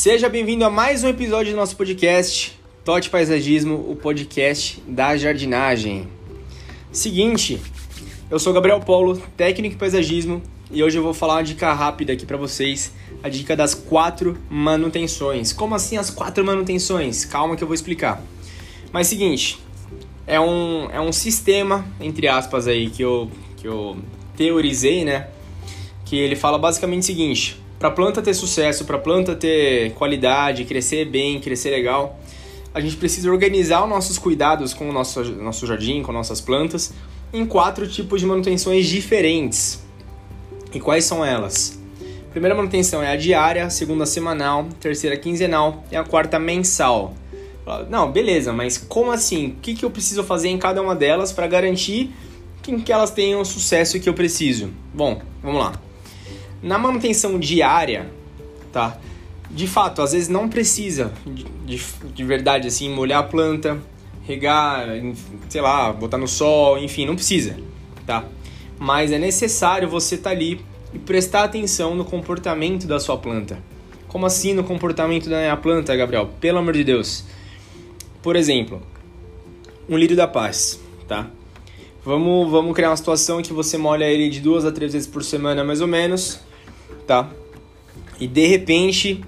Seja bem-vindo a mais um episódio do nosso podcast, Tote Paisagismo, o podcast da jardinagem. Seguinte, eu sou Gabriel Paulo, técnico em paisagismo, e hoje eu vou falar uma dica rápida aqui para vocês, a dica das 4 manutenções. Como assim as 4 manutenções? Calma que eu vou explicar. Mas seguinte, é um sistema, entre aspas, aí, que eu teorizei, né? Que ele fala basicamente o seguinte: para a planta ter sucesso, para a planta ter qualidade, crescer bem, crescer legal, a gente precisa organizar os nossos cuidados com o nosso jardim, com nossas plantas, em 4 tipos de manutenções diferentes. E quais são elas? A primeira manutenção é a diária, a segunda semanal, a terceira quinzenal e a quarta mensal. Não, beleza, mas como assim? O que eu preciso fazer em cada uma delas para garantir que elas tenham o sucesso que eu preciso? Bom, vamos lá. Na manutenção diária, tá? De fato, às vezes não precisa de verdade assim molhar a planta, regar, sei lá, botar no sol, enfim, não precisa, tá? Mas é necessário você estar ali e prestar atenção no comportamento da sua planta. Como assim no comportamento da minha planta, Gabriel? Pelo amor de Deus. Por exemplo, um lírio da paz, tá? Vamos criar uma situação que você molha ele de 2 a 3 vezes por semana, mais ou menos, tá? E de repente,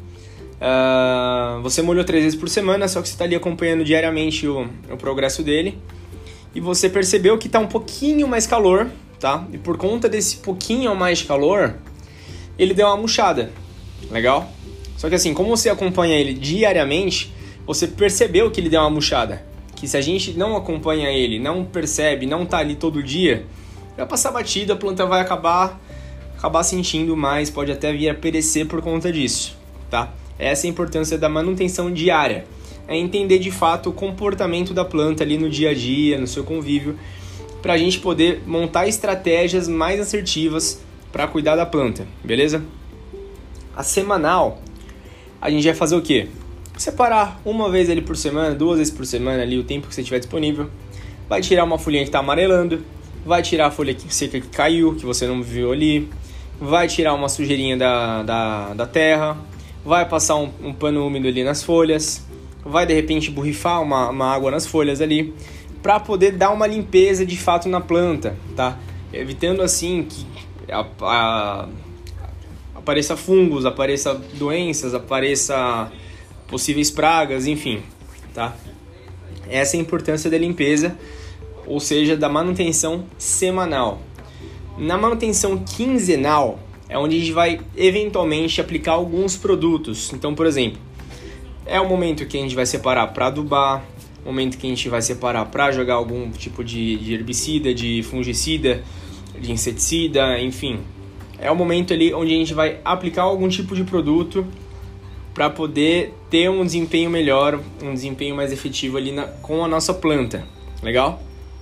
você molhou 3 vezes por semana, só que você está ali acompanhando diariamente o progresso dele. E você percebeu que está um pouquinho mais calor, tá? E por conta desse pouquinho a mais de calor, ele deu uma murchada, legal? Só que assim, como você acompanha ele diariamente, você percebeu que ele deu uma murchada. Que se a gente não acompanha ele, não percebe, não tá ali todo dia, vai passar batido, a planta vai acabar sentindo mais, pode até vir a perecer por conta disso, tá? Essa é a importância da manutenção diária, é entender de fato o comportamento da planta ali no dia a dia, no seu convívio, para a gente poder montar estratégias mais assertivas para cuidar da planta, beleza? A semanal, a gente vai fazer o quê? Separar uma vez ali por semana, 2 vezes por semana ali o tempo que você tiver disponível. Vai tirar uma folhinha que está amarelando, vai tirar a folha seca que caiu, que você não viu ali, vai tirar uma sujeirinha da terra, vai passar um pano úmido ali nas folhas, vai de repente borrifar uma água nas folhas ali, para poder dar uma limpeza de fato na planta, tá? Evitando assim que apareça fungos, apareça doenças, apareça possíveis pragas, enfim, tá? Essa é a importância da limpeza, ou seja, da manutenção semanal. Na manutenção quinzenal é onde a gente vai eventualmente aplicar alguns produtos. Então, por exemplo, é o momento que a gente vai separar para adubar, momento que a gente vai separar para jogar algum tipo de herbicida, de fungicida, de inseticida, enfim. É o momento ali onde a gente vai aplicar algum tipo de produto para poder ter um desempenho melhor, um desempenho mais efetivo ali com a nossa planta, legal?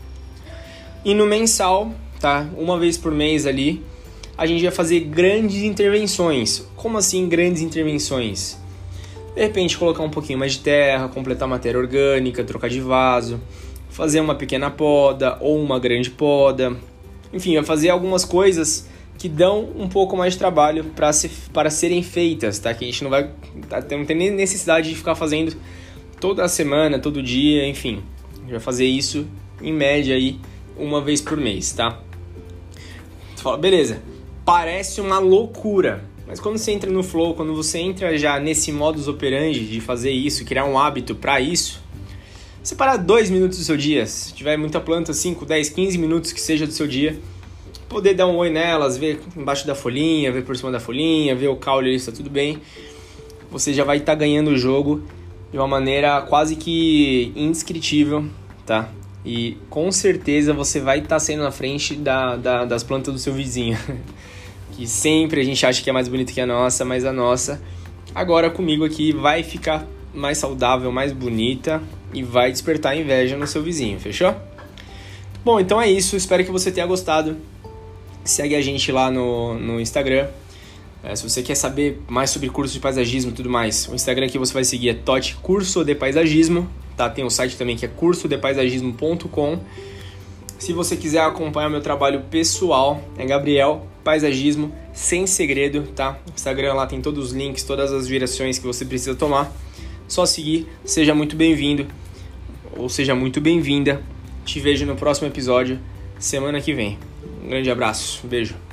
E no mensal, tá? Uma vez por mês ali, a gente vai fazer grandes intervenções. Como assim grandes intervenções? De repente colocar um pouquinho mais de terra, completar matéria orgânica, trocar de vaso, fazer uma pequena poda ou uma grande poda. Enfim, vai fazer algumas coisas que dão um pouco mais de trabalho para serem feitas, tá? Que a gente não tem nem necessidade de ficar fazendo toda semana, todo dia, enfim. A gente vai fazer isso, em média, aí, uma vez por mês, tá? Você fala, beleza, parece uma loucura, mas quando você entra no flow, quando você entra já nesse modus operandi de fazer isso, criar um hábito para isso, separar 2 minutos do seu dia, se tiver muita planta, 5, 10, 15 minutos que seja do seu dia, poder dar um oi nelas, ver embaixo da folhinha, ver por cima da folhinha, ver o caule ali, está tudo bem. Você já vai estar ganhando o jogo de uma maneira quase que indescritível, tá? E com certeza você vai estar saindo na frente das plantas do seu vizinho. Que sempre a gente acha que é mais bonita que a nossa, mas a nossa, agora comigo aqui, vai ficar mais saudável, mais bonita e vai despertar inveja no seu vizinho, fechou? Bom, então é isso, espero que você tenha gostado. Segue a gente lá no Instagram. Se você quer saber mais sobre curso de paisagismo e tudo mais, o Instagram que você vai seguir é Tote Curso de Paisagismo, tá? Tem o site também que é cursodepaisagismo.com. Se você quiser acompanhar meu trabalho pessoal, é Gabriel Paisagismo. sem segredo, tá? O Instagram lá tem todos os links, todas as direções que você precisa tomar. Só seguir, seja muito bem-vindo ou seja muito bem-vinda. Te vejo no próximo episódio, semana que vem. Um grande abraço, beijo.